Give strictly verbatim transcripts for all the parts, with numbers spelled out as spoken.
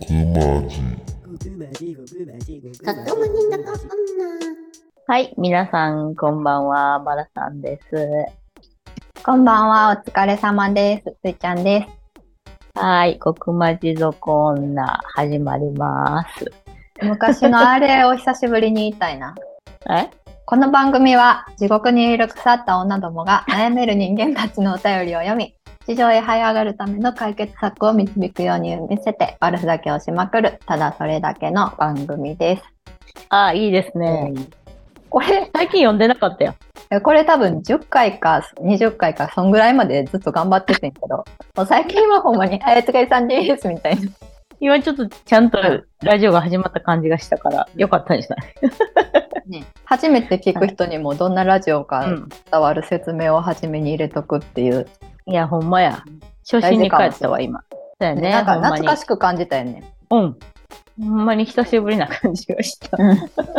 はい、皆さんこんばんは、バラさんです。 こんばんは、お疲れ様です。ついちゃんです。 はい、極まじ族女始まります。 昔のあれを久しぶりに言いたいな。 えこの番組は地獄にいる腐った女どもが悩める人間たちのお便りを読み、地上へ這い上がるための解決策を導くように見せて悪ふざけをしまくる、ただそれだけの番組です。 あ、いいですね。 これ最近読んでなかったよ。 これ多分じゅっかいかにじゅっかいかそんぐらいまでずっと頑張っててんけど、もう最近はほんまにあやつがいさんですみたいな。 今ちょっとちゃんとラジオが始まった感じがしたからよかったんじゃない、 ね、初めて聞く人にもどんなラジオか伝わる説明を初めに入れとくっていう、 うん、いやほんまや初心に帰ったわ今。そうやね、 なんか懐かしく感じたよね。 うんほんまに久しぶりな感じがした、うん、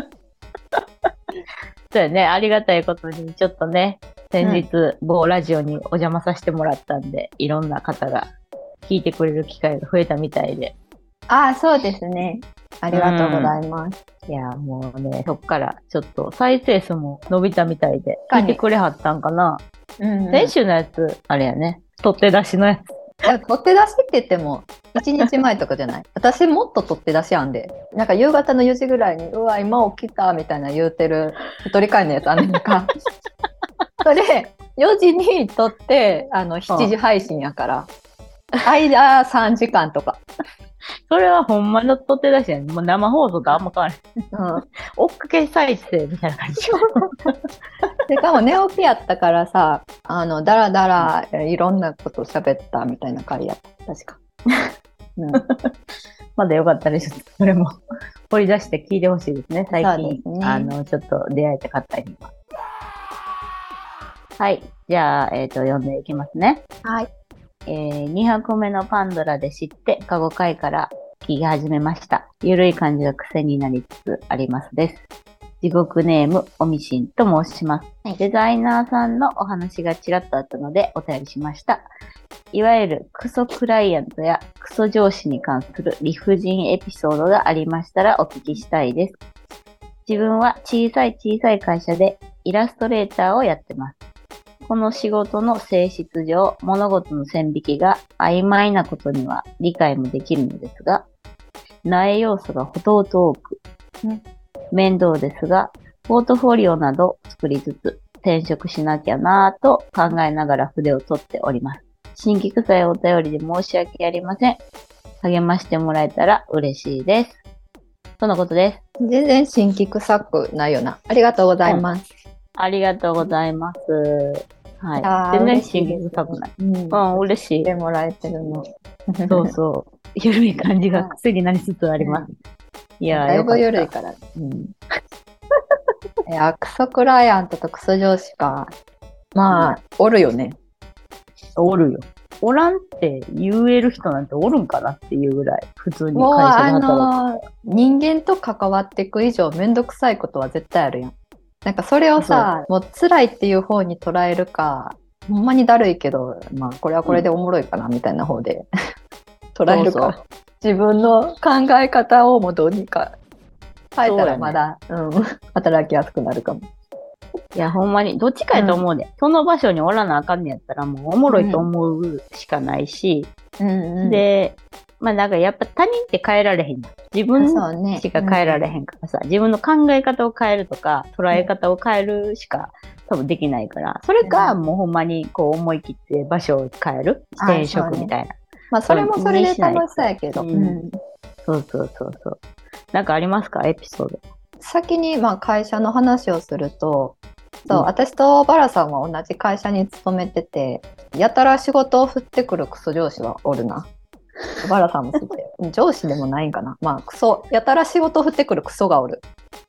そうやね、ありがたいことにちょっとね先日、うん、某ラジオにお邪魔させてもらったんで、いろんな方が聞いてくれる機会が増えたみたいで。 ああ、そうですね。ありがとうございます。 うん、いや、もうね、そっからちょっと再生数も伸びたみたいで、聞いてくれはったんかな。うんうん、先週のやつ、あれやね、取って出しのやつ。 いや、取って出しって言っても、いちにちまえとかじゃない。私もっと取って出しやんで。なんか夕方のよじぐらいに、うわ、今起きたみたいな言うてる、一人会のやつあんねんか。それ、よじに撮って、あの、しちじ配信やから。間さんじかんとか。 それはほんまの取って出しやねん。もう生放送とあんま変わらない。うん。追っかけ再生みたいな感じ。 しかも寝起きやったからさ、あの、だらだらいろんなこと喋ったみたいな回やった。確か。 うん、まだよかったです。それも掘り出して聞いてほしいですね。最近、ね、あの、ちょっと出会えた方には。はい。じゃあ、えっと、読んでいきますね。 はい。 えー、にはこめのパンドラで知って、過去回から聞き始めました。ゆるい感じが癖になりつつありますです。地獄ネーム、おみしんと申します。はい、デザイナーさんのお話がちらっとあったのでお便りしました。いわゆるクソクライアントやクソ上司に関する理不尽エピソードがありましたらお聞きしたいです。自分は小さい小さい会社でイラストレーターをやってます。この仕事の性質上、物事の線引きが曖昧なことには理解もできるのですが、苗要素がほとんど多く、ね、面倒ですが、ポートフォリオなど作りつつ転職しなきゃなぁと考えながら筆を取っております。新規臭いお便りで申し訳ありません。励ましてもらえたら嬉しいです。とのことです。 全然新規臭くないよな。ありがとうございます。 うん、ありがとうございます。はい。全然新規臭くない。うん、うん、嬉しい。 してもらえてるの。 そうそう。ゆるい感じが癖になりつつあります。うん、いやー、 だいぶゆるいから。うん、いや、クソクライアントとクソ上司か。まあ、うん、おるよね。 おるよ。おらんって言える人なんておるんかなっていうぐらい普通に会社で働く。 もうあの人間と関わっていく以上めんどくさいことは絶対あるやん。なんかそれをさ、もう辛いっていう方に捉えるか、ほんまにだるいけど、まあこれはこれでおもろいかなみたいな方で、うん、捉えるか。そうそう、自分の考え方をもうどうにか変えたらまだ、う、ね、うん、働きやすくなるかも。 いやほんまにどっちかやと思うで、うん、その場所におらなあかんねやったらもうおもろいと思うしかないし、うんうん、でまあなんかやっぱ他人って変えられへん。自分しか変えられへんからさ、ね、うん、自分の考え方を変えるとか捉え方を変えるしか多分できないから、それかもうほんまにこう思い切って場所を変える、転職みたいな、ね、 まあそれもそれで楽しそうやけど、うんうん、 そうそうそうそう。なんかありますかエピソード。 先にまあ会社の話をすると、そう、うん、私とバラさんは同じ会社に勤めてて、やたら仕事を振ってくるクソ上司はおるな。バラさんも知ってる。上司でもないんかな。まあクソ、やたら仕事を振ってくるクソがおる。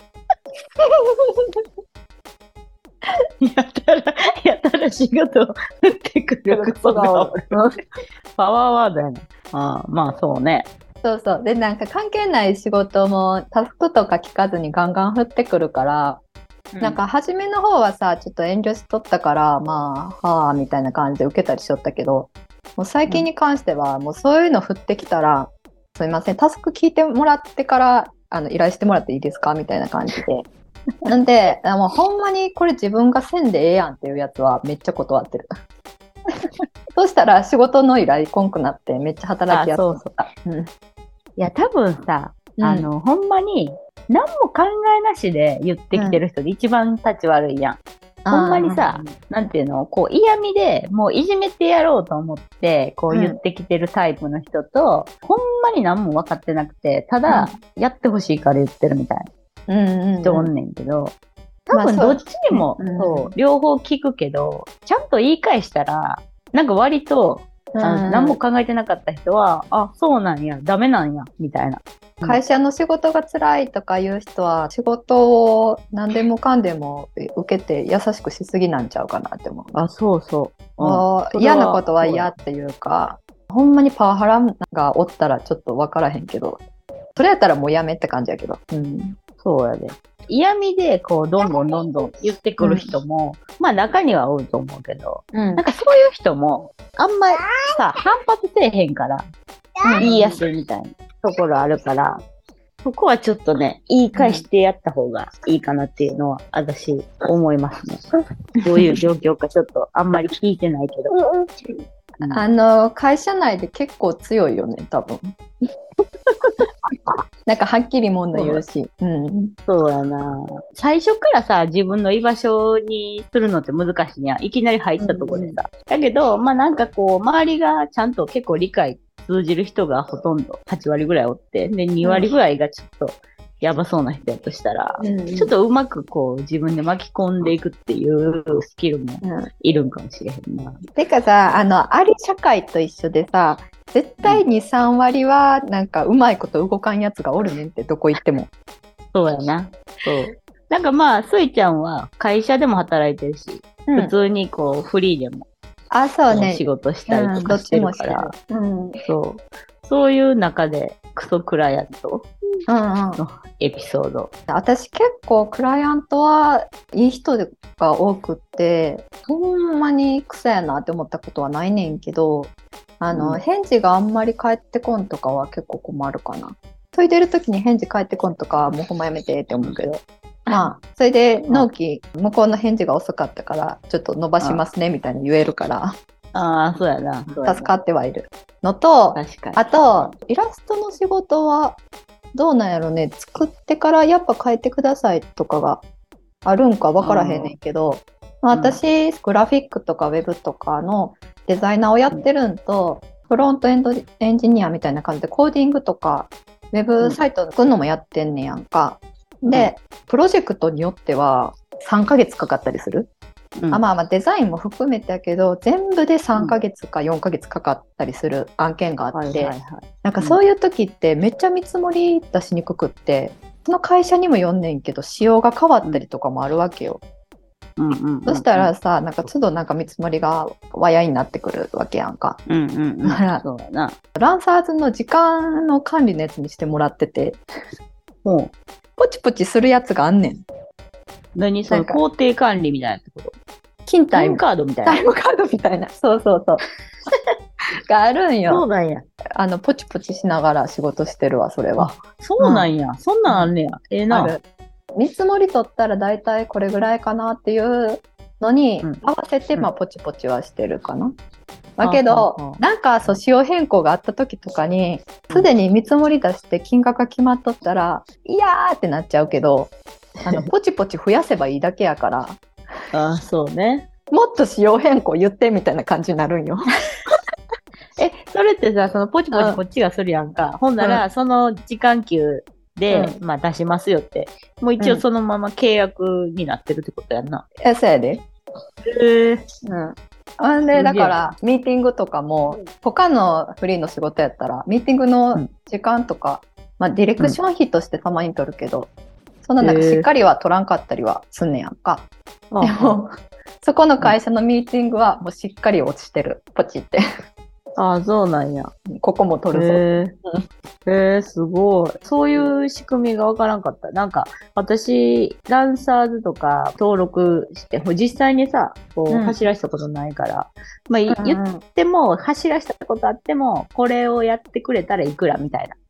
やたらやたら仕事を振ってくるクソがおる。パワーワードやね。ああ、まあそうね。 そうそう。でなんか関係ない仕事もタスクとか聞かずにガンガン振ってくるから。なんか初めの方はさちょっと遠慮しとったからまあはあみたいな感じで受けたりしとったけど、もう最近に関してはもうそういうの降ってきたらすいません、タスク聞いてもらってからあの依頼してもらっていいですかみたいな感じで。なんで、もうほんまにこれ自分がせんでええやんっていうやつはめっちゃ断ってる。そうしたら仕事の依頼こんくなってめっちゃ働きやすそうそう。うん、いや、多分さ、 うんあの、ほんまに何も考えなしで言ってきてる人で一番立ち悪いやん。ほんまにさ、なんていうの、こう嫌味でもういじめてやろうと思ってこう言ってきてるタイプの人と、うん、ほんまに何も分かってなくて、ただやってほしいから言ってるみたいな人おんねんけど、多分どっちにも、まあ、そう、そう、両方聞くけど、ちゃんと言い返したら、なんか割と、あの、何も考えてなかった人は、あ、そうなんや、ダメなんや、みたいな。 会社の仕事が辛いとかいう人は、仕事を何でもかんでも受けて優しくしすぎなんちゃうかなって思う。 あ、そうそう。 うん、嫌なことは嫌っていうか、ほんまにパワハラがおったらちょっと分からへんけど、それやったらもうやめって感じやけど。 うん、そうやで。嫌味でこうどんどんどんどん言ってくる人も、うん、まあ中には多いと思うけど、うん、なんかそういう人もあんまりさ反発せえへんから、うん、言いやすいみたいなところあるから、そこはちょっとね言い返してやった方がいいかなっていうのは私思いますね。どういう状況かちょっとあんまり聞いてないけど、 うん、あの会社内で結構強いよね多分。なんかはっきりもんの言うし、 うん、そうやな。最初からさ自分の居場所にするのって難しいやん。いきなり入ったところでさ、うん、だけどまあなんかこう周りがちゃんと結構理解通じる人がほとんどはちわりぐらいおって、でにわりぐらいがちょっとやばそうな人やとしたら、うん、ちょっとうまくこう自分で巻き込んでいくっていうスキルもいるんかもしれへんな。うん、 てかさ、あのあり社会と一緒でさ、絶対にさんわりはなんかうまいこと動かんやつがおるねんって、どこ行っても。 そうやな。そう。なんかまあ、スイちゃんは会社でも働いてるし、うん、普通にこうフリーでも、 あ、そうね、 仕事したりとかしてるから、うん、そう。そういう中でクソクライアントのエピソード。 うんうん、私結構クライアントはいい人が多くって、ほんまにクソやなって思ったことはないねんけど、あの、うん、返事があんまり返ってこんとかは結構困るかな。そいでる時に返事返ってこんとかもうほんまやめてって思うけど、まあそれで納期向こうの返事が遅かったからちょっと伸ばしますねみたいに言えるから、 ああそうやな、 助かってはいるのと、確かにあとイラストの仕事はどうなんやろね、作ってからやっぱ変えてくださいとかがあるんか分からへんねんけど、まあ、私グラフィックとかウェブとかのデザイナーをやってるんと、うん、フロントエンドエンジニアみたいな感じでコーディングとかウェブサイト作るのもやってんねやんか、うん、でプロジェクトによってはさんかげつかかったりする、うん、あまあまあデザインも含めてやけど全部でさんかげつかよんかげつかかったりする案件があって、うんはいはいはい、なんかそういう時ってめっちゃ見積もり出しにくくって、その会社にもよんねんけど仕様が変わったりとかもあるわけよ、うんうんうんうん、そしたらさ、なんか都度なんか見積もりがわやになってくるわけやんか、うんうんうん、だからそうだな、ランサーズの時間の管理のやつにしてもらってて、もうポチポチするやつがあんねん。 何その工程管理みたいなってこと？ 勤タイムカードみたいな。 タイムカードみたいな。そうそうそう。があるんよ。 そうなんや。 あのポチポチしながら仕事してるわ、それは。 そうなんや。うん、そんなんあんねや。ええー、な。 見積もり取ったらだいたいこれぐらいかなっていうのに合わせて、うん、まあポチポチはしてるかな。だけど、うん、なんかそう仕様変更があった時とかにすでに見積もり出して金額が決まっとったら、いやーってなっちゃうけど、あのポチポチ増やせばいいだけやからあ、そうね、 もっと仕様変更言ってみたいな感じになるんよ。 え、それってさ、そのポチポチこっちがするやんか、うん、ほんなら、うん、その時間給で、うん、まあ出しますよってもう一応そのまま契約になってるってことやんな、 うん、え、そうやで。へえ、うんあんでだからミーティングとかも他のフリーの仕事やったらミーティングの時間とか、うんまあ、ディレクション費としてたまに取るけど、うん、そんななんかしっかりは取らんかったりはすんねやんか。でもそこの会社のミーティングはもうしっかり落ちてる、ポチってああそうなんや。 ここも取るぞ。 へえすごい。そういう仕組みがわからんかった。なんか私ランサーズとか登録して実際にさこう、うん、走らしたことないから、まあ、うんうん、言っても走らしたことあってもこれをやってくれたらいくらみたいな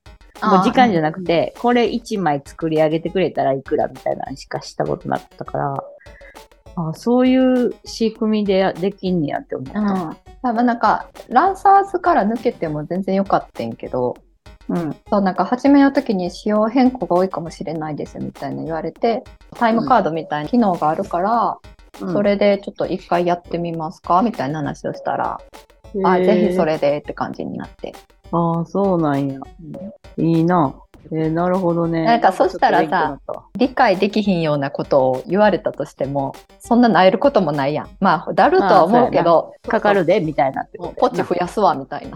もう時間じゃなくて、これいちまい作り上げてくれたらいくらみたいなのしかしたことなかったから、あ、そういう仕組みでできんねやって思った。 うん。多分なんか、ランサーズから抜けても全然よかったんけど、うん。そう、なんか初めの時に仕様変更が多いかもしれないですみたいな言われて、タイムカードみたいな機能があるから、うん、それでちょっと一回やってみますかみたいな話をしたら、あ、ぜひそれでって感じになって。 ああ、そうなんや。うん、いいな。えー、なるほどね。 なんかそしたらさ、理解できひんようなことを言われたとしても、そんななえることもないやん。まあ、だるとは思うけど、 かかるで、みたいなってこと。ポチ増やすわ、みたいな。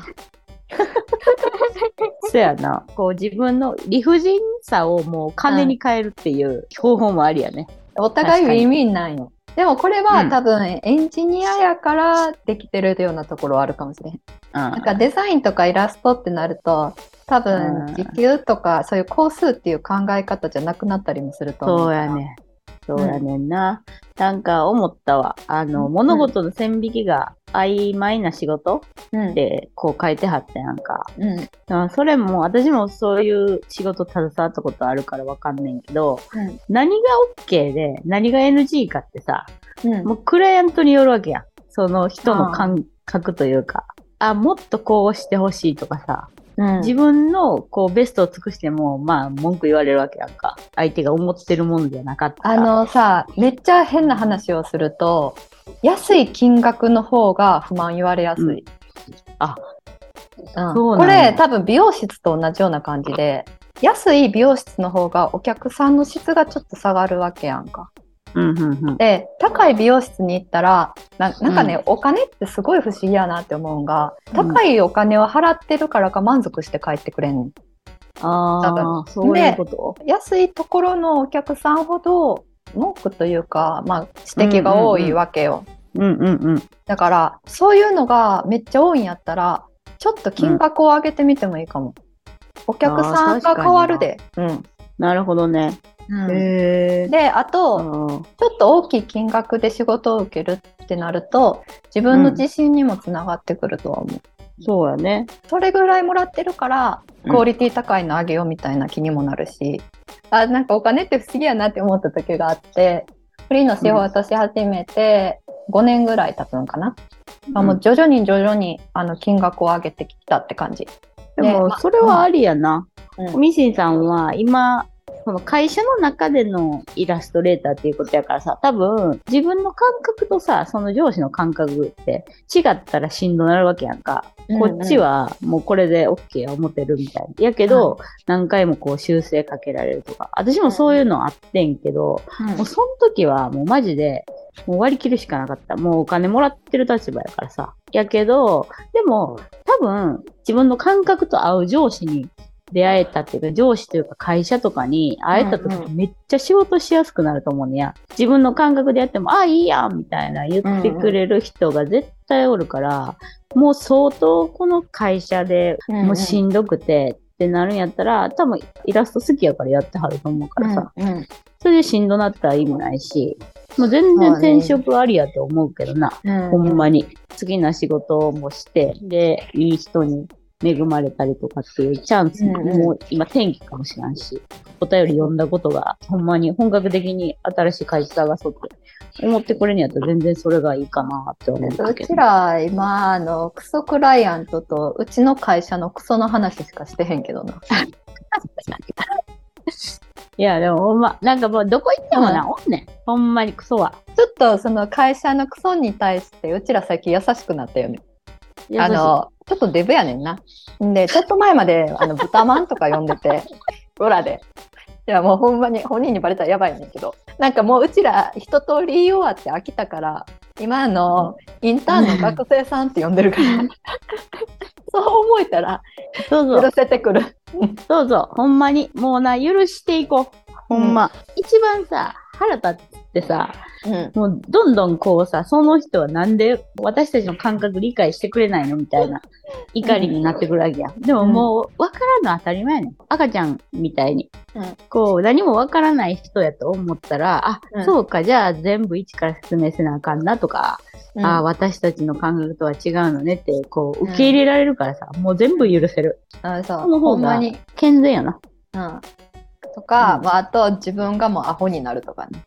そうやな。こう自分の理不尽さをもう金に変えるっていう方法もありやね。 うん、お互いウィンウィンなんよ。でもこれは、うん、多分エンジニアやからできてるようなところはあるかもしれへん。うん、なんかデザインとかイラストってなると多分時給とかそういう工数っていう考え方じゃなくなったりもすると思う。 そうやね。そうやねんな。うん、なんか思ったわ。あの、うん、物事の線引きが曖昧な仕事ってこう書いてはったやんか。うん、それも私もそういう仕事携わったことあるからわかんねんけど、うん、何が OK で何が エヌジー かってさ、うん、もうクライアントによるわけやん。その人の感覚というか、あ、もっとこうしてほしいとかさ、うん、自分のこうベストを尽くしてもまあ文句言われるわけやんか。相手が思ってるもんじゃなかった。 あのさ、めっちゃ変な話をすると安い金額の方が不満言われやすい。うん、 あ、 うん、そうなんこれ多分美容室と同じような感じで、安い美容室の方がお客さんの質がちょっと下がるわけやんか。 うんうんうん、 で、高い美容室に行ったら な, なんかね、うん、お金ってすごい不思議やなって思うんが、高いお金を払ってるからか満足して帰ってくれんねん。 ああ、そういうこと。 で、安いところのお客さんほど文句というか、まあ、指摘が多いわけよ。 うんうんうん、 だからそういうのがめっちゃ多いんやったらちょっと金額を上げてみてもいいかも。うん、お客さんが変わるで。うん、 なるほどね。うん、へで、あと、ちょっと大きい金額で仕事を受けるってなると自分の自信にもつながってくるとは思う。 うん、そうやね。 それぐらいもらってるからクオリティ高いのあげようみたいな気にもなるし、うん、あ、なんかお金って不思議やなって思った時があって、フリーの仕事し始めてごねんぐらい経つのかな。うん、もう徐々に徐々にあの金額を上げてきたって感じ。 でもそれはありやな。おみしんさんは今その会社の中でのイラストレーターっていうことやからさ、多分自分の感覚とさ、その上司の感覚って違ったらしんどなるわけやんか。うんうん、こっちはもうこれで OK 思ってるみたいな。やけど、うん、何回もこう修正かけられるとか。私もそういうのあってんけど、うん、もうその時はもうマジでもう割り切るしかなかった。もうお金もらってる立場やからさ。やけど、でも多分自分の感覚と合う上司に出会えたっていうか、上司というか会社とかに会えた時めっちゃ仕事しやすくなると思うねや。自分の感覚でやっても、あ、いいやんみたいな言ってくれる人が絶対おるから、もう相当この会社でもうしんどくてってなるんやったら、多分イラスト好きやからやってはると思うからさ。うんうん、それでしんどなったら意味ないし、もう全然転職ありやと思うけどな。うんうん、ほんまに。好きな仕事もして、で、いい人に恵まれたりとかっていうチャンスも、うんうん、もう今転機かもしれんし、お便り読んだことがほんまに本格的に新しい会社探そうって思ってくれるんやったら全然それがいいかなって思うんだけど。 うちら今あのクソクライアントとうちの会社のクソの話しかしてへんけどな。 いやでもほんまなんかもうどこ行ってもな、うん、おんねんほんまにクソは。 ちょっとその会社のクソに対してうちら最近優しくなったよね。あのちょっとデブやねんな。でちょっと前まであの豚まんとか呼んでて裏で、いやもうほんまに本人にバレたらやばいねんけど、なんかもううちら一通り言い終わって飽きたから今のインターンの学生さんって呼んでるからそう思えたら許せてくる。 そうそうほんまにもうな許していこうほんま、うん、一番さ腹立っってさ、 うん、 もうどんどんこうさ、その人はなんで私たちの感覚理解してくれないのみたいな怒りになってくるわけや。でももう分からんの当たり前やねん。赤ちゃんみたいに。 うん、 こう何も分からない人やと思ったら、あ、 うん、 そうか、じゃあ全部一から説明せなあかんなとか、 うん、 あ、私たちの感覚とは違うのねって、こう受け入れられるからさ、もう全部許せる。 あ、そう、 その方がほんまに。 健全やな。 うん。とか、 うんまあ、あと自分がもうアホになるとかね。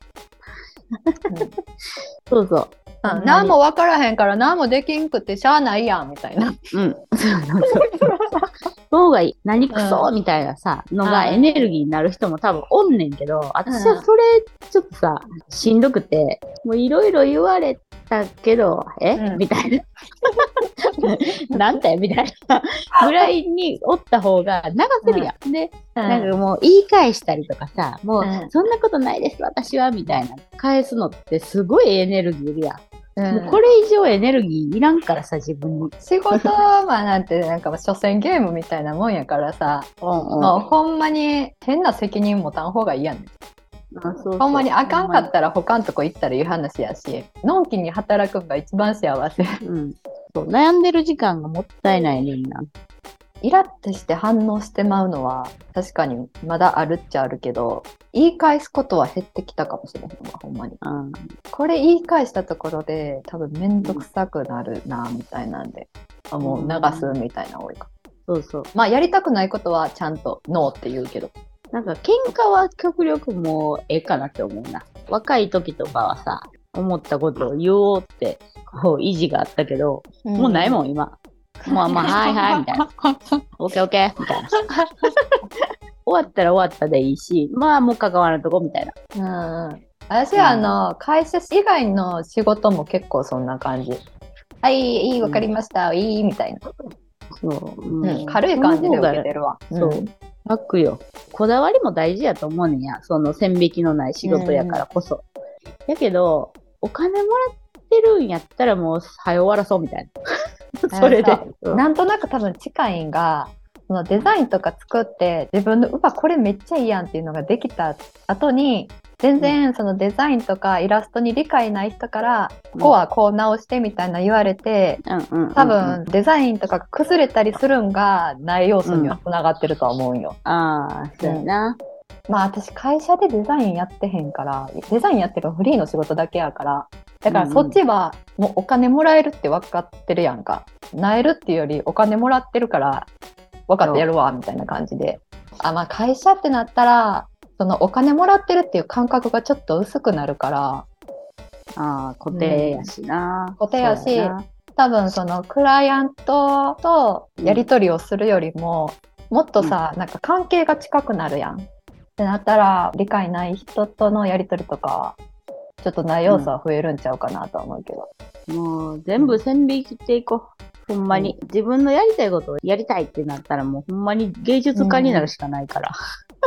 そうそう。 うんうん、何も分からへんから何もできんくてしゃあないやんみたいな。 うん。そうそうそう。その方がいい。何クソ、 うん、 みたいなさ、のがエネルギーになる人も多分おんねんけど、私はそれちょっとさ、しんどくて、もういろいろ言われたけど、え、 うん、 みたいな。なんてみたいなぐらいにおった方が流せるやん。で、 うん、 なんかもう言い返したりとかさ、もう、 うん、 そんなことないです、私は、みたいな。返すのってすごいエネルギーいるやん。 うん、 もうこれ以上エネルギーいらんからさ、自分に。 仕事はなんてなんか所詮ゲームみたいなもんやからさ、 うんうん、 もうほんまに変な責任持たん方がいいやんねん。 あ、そうそう、 ほんまにあかんかったら他のとこ行ったらいう話やし、のんきに働くのが一番幸せ。 うん、そう悩んでる時間がもったいないねんな。 イラッとして反応してまうのは確かにまだあるっちゃあるけど、言い返すことは減ってきたかもしれへんわ、ほんまに。 うん、 これ言い返したところで多分めんどくさくなるなみたいなんで、あ、もう流すみたいな多いか。 そうそう。 まあやりたくないことはちゃんとノーって言うけど。 なんか喧嘩は極力もうええかなって思うな。若い時とかはさ、思ったことを言おうってこう意地があったけど、うん、もうないもん今。もうまあはいはいみたいな。オッケーオッケーみたいな。終わったら終わったでいいし、まあもう関わるとこみたいな。うん。私はあの、うん、会社以外の仕事も結構そんな感じ。はい、いい、わかりました、うん、いいみたいな。そう、うんうん、軽い感じで受けてるわ。 そう。楽よ。こだわりも大事やと思うねんや。その線引きのない仕事やからこそ。やけど、お金もらってるんやったらもう、はよ終わらそうみたいな。それで。 なんとなく多分近いんが、そのデザインとか作って自分のうわこれめっちゃいいやんっていうのができた後に、全然そのデザインとかイラストに理解ない人から、うん、ここはこう直してみたいな言われて、うんうん、多分デザインとかが崩れたりするんがない要素にはつながってるとは思うんよ。 うん、ああ、そうやな。 まあ私会社でデザインやってへんから、デザインやってるのフリーの仕事だけやから、だからそっちはもうお金もらえるって分かってるやんか。なえるっていうよりお金もらってるから分かってやるわみたいな感じで。あ、まあ会社ってなったら、そのお金もらってるっていう感覚がちょっと薄くなるから、 ああ、固定やしな、 うん、固定やし、多分そのクライアントとやり取りをするよりも、うん、もっとさ、なんか関係が近くなるやんってなったら、理解ない人とのやり取りとかちょっとない要素は増えるんちゃうかなとは思うけど、 うん、もう全部線引きしていこう。ほんまに、うん、自分のやりたいことをやりたいってなったらもうほんまに芸術家になるしかないから。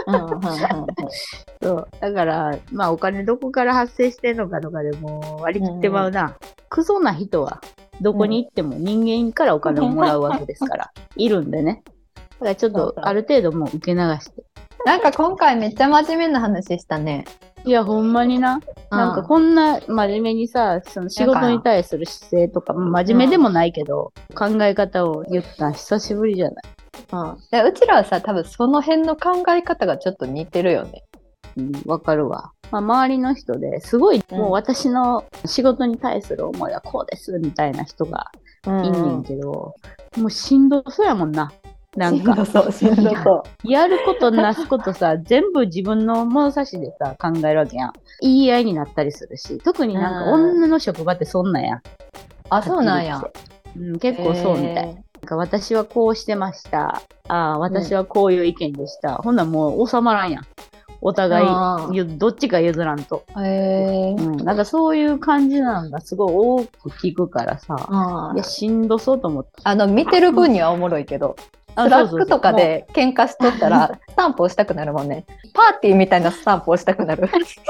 そうだからまあお金どこから発生してんのかとかでも割り切ってまうな、うん、クソな人はどこに行っても人間からお金をもらうわけですから、うん、いるんでね。だからちょっとある程度もう受け流して。 なんか今回めっちゃ真面目な話したね。 いやほんまにな、なんかこんな真面目にさ、その仕事に対する姿勢とか真面目でもないけど、うん、考え方を言った久しぶりじゃない。 うん、でうちらはさ、多分その辺の考え方がちょっと似てるよね。 うん、わかるわ。まあ、周りの人ですごい、うん、もう私の仕事に対する思いはこうですみたいな人がいんねんけど、うん、もうしんどそうやもんな。なんかしんどそう、しんどそう。 やることなすことさ、全部自分の物差しでさ考えるわけやん。言い合いになったりするし、特になんか女の職場ってそんなんやん。 あ、そうなんや。 うん、結構そうみたい。なんか私はこうしてました。ああ、私はこういう意見でした。うん、ほんならもう収まらんやん。お互い、どっちか譲らんと。 へー、 うん。なんかそういう感じなんがすごい多く聞くからさ、いや、しんどそうと思って。 あの、見てる分にはおもろいけど、スラックとかで喧嘩しとったら、スタンプ押したくなるもんね。パーティーみたいなスタンプ押したくなる。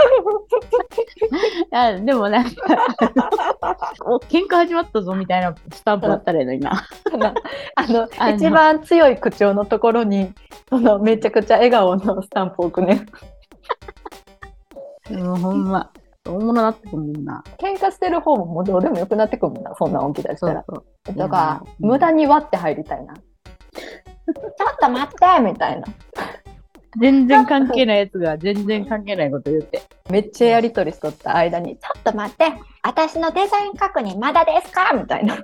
あでもなんかお喧嘩始まったぞみたいなスタンプだったらいいのにな。 あのあの一番強い口調のところにそのめちゃくちゃ笑顔のスタンプを置くね。 もうほんまおもろなってくるもんな。 喧嘩してる方ももうどうでもよくなってくるもんな、そんなん起きたりしたら。 そうそう。 とか、 うん無駄に割って入りたいな。ちょっと待ってみたいな。 全然関係ないやつが全然関係ないこと言って。 めっちゃやりとりしとった間に、ちょっと待って、私のデザイン確認まだですかみたいな。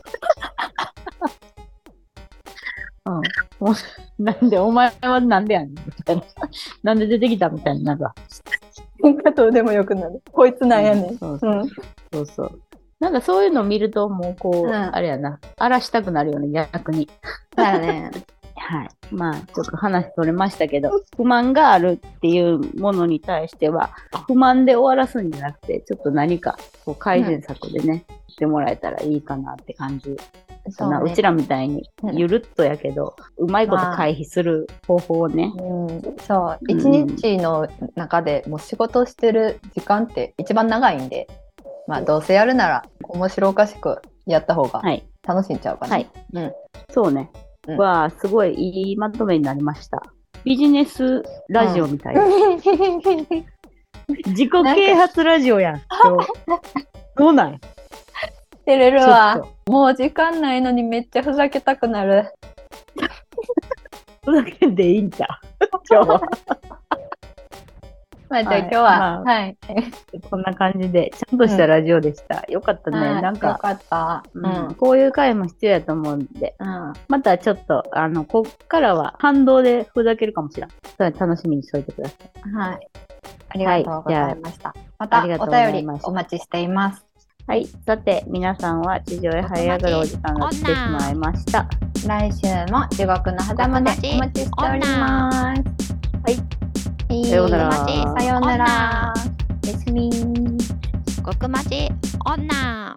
うん。もうなんで、お前はなんでやねんみたいな。なんで出てきたみたいな。なんか。 喧嘩どうでもよくなる。こいつなんやねん。 うん、そうそう。そうそう。なんかそういうのを見ると、もうこう、 うん、 あれやな。荒らしたくなるよね、逆に。 だよね。 はい。まあ、ちょっと話取れましたけど、不満があるっていうものに対しては、不満で終わらすんじゃなくて、ちょっと何かこう改善策でね、うん、してもらえたらいいかなって感じ。そうね、うちらみたいにゆるっとやけど、うん、うまいこと回避する方法をね。 うん、そう、一日の中でもう仕事してる時間って一番長いんで、まあどうせやるなら面白おかしくやった方が楽しんちゃうかな。はい。 うん。そうね。うん、わあ、すごいいいまとめになりました。ビジネスラジオみたいな。うん、自己啓発ラジオやん。どうなん照れるわ。もう時間ないのにめっちゃふざけたくなる。 ふざけんでいいんちゃう今日は。 まあじゃあ今日は、 まあ、 はい。 こんな感じで、ちゃんとしたラジオでした。うん、よかったね。なんか、 よかった、 うん。こういう回も必要やと思うんで、うん、またちょっと、あの、こっからは反動でふざけるかもしれん。それ楽しみにしておいてください。 はい。ありがとうございました。はい、またお便りお待ちしています。 はい。さて、皆さんは地上へ這い上がるお時間が来てしまいました。 来週も地獄の狭間でお待ちしております。はい。 さようなら。 さようなら。おやすみ。 極待ち女。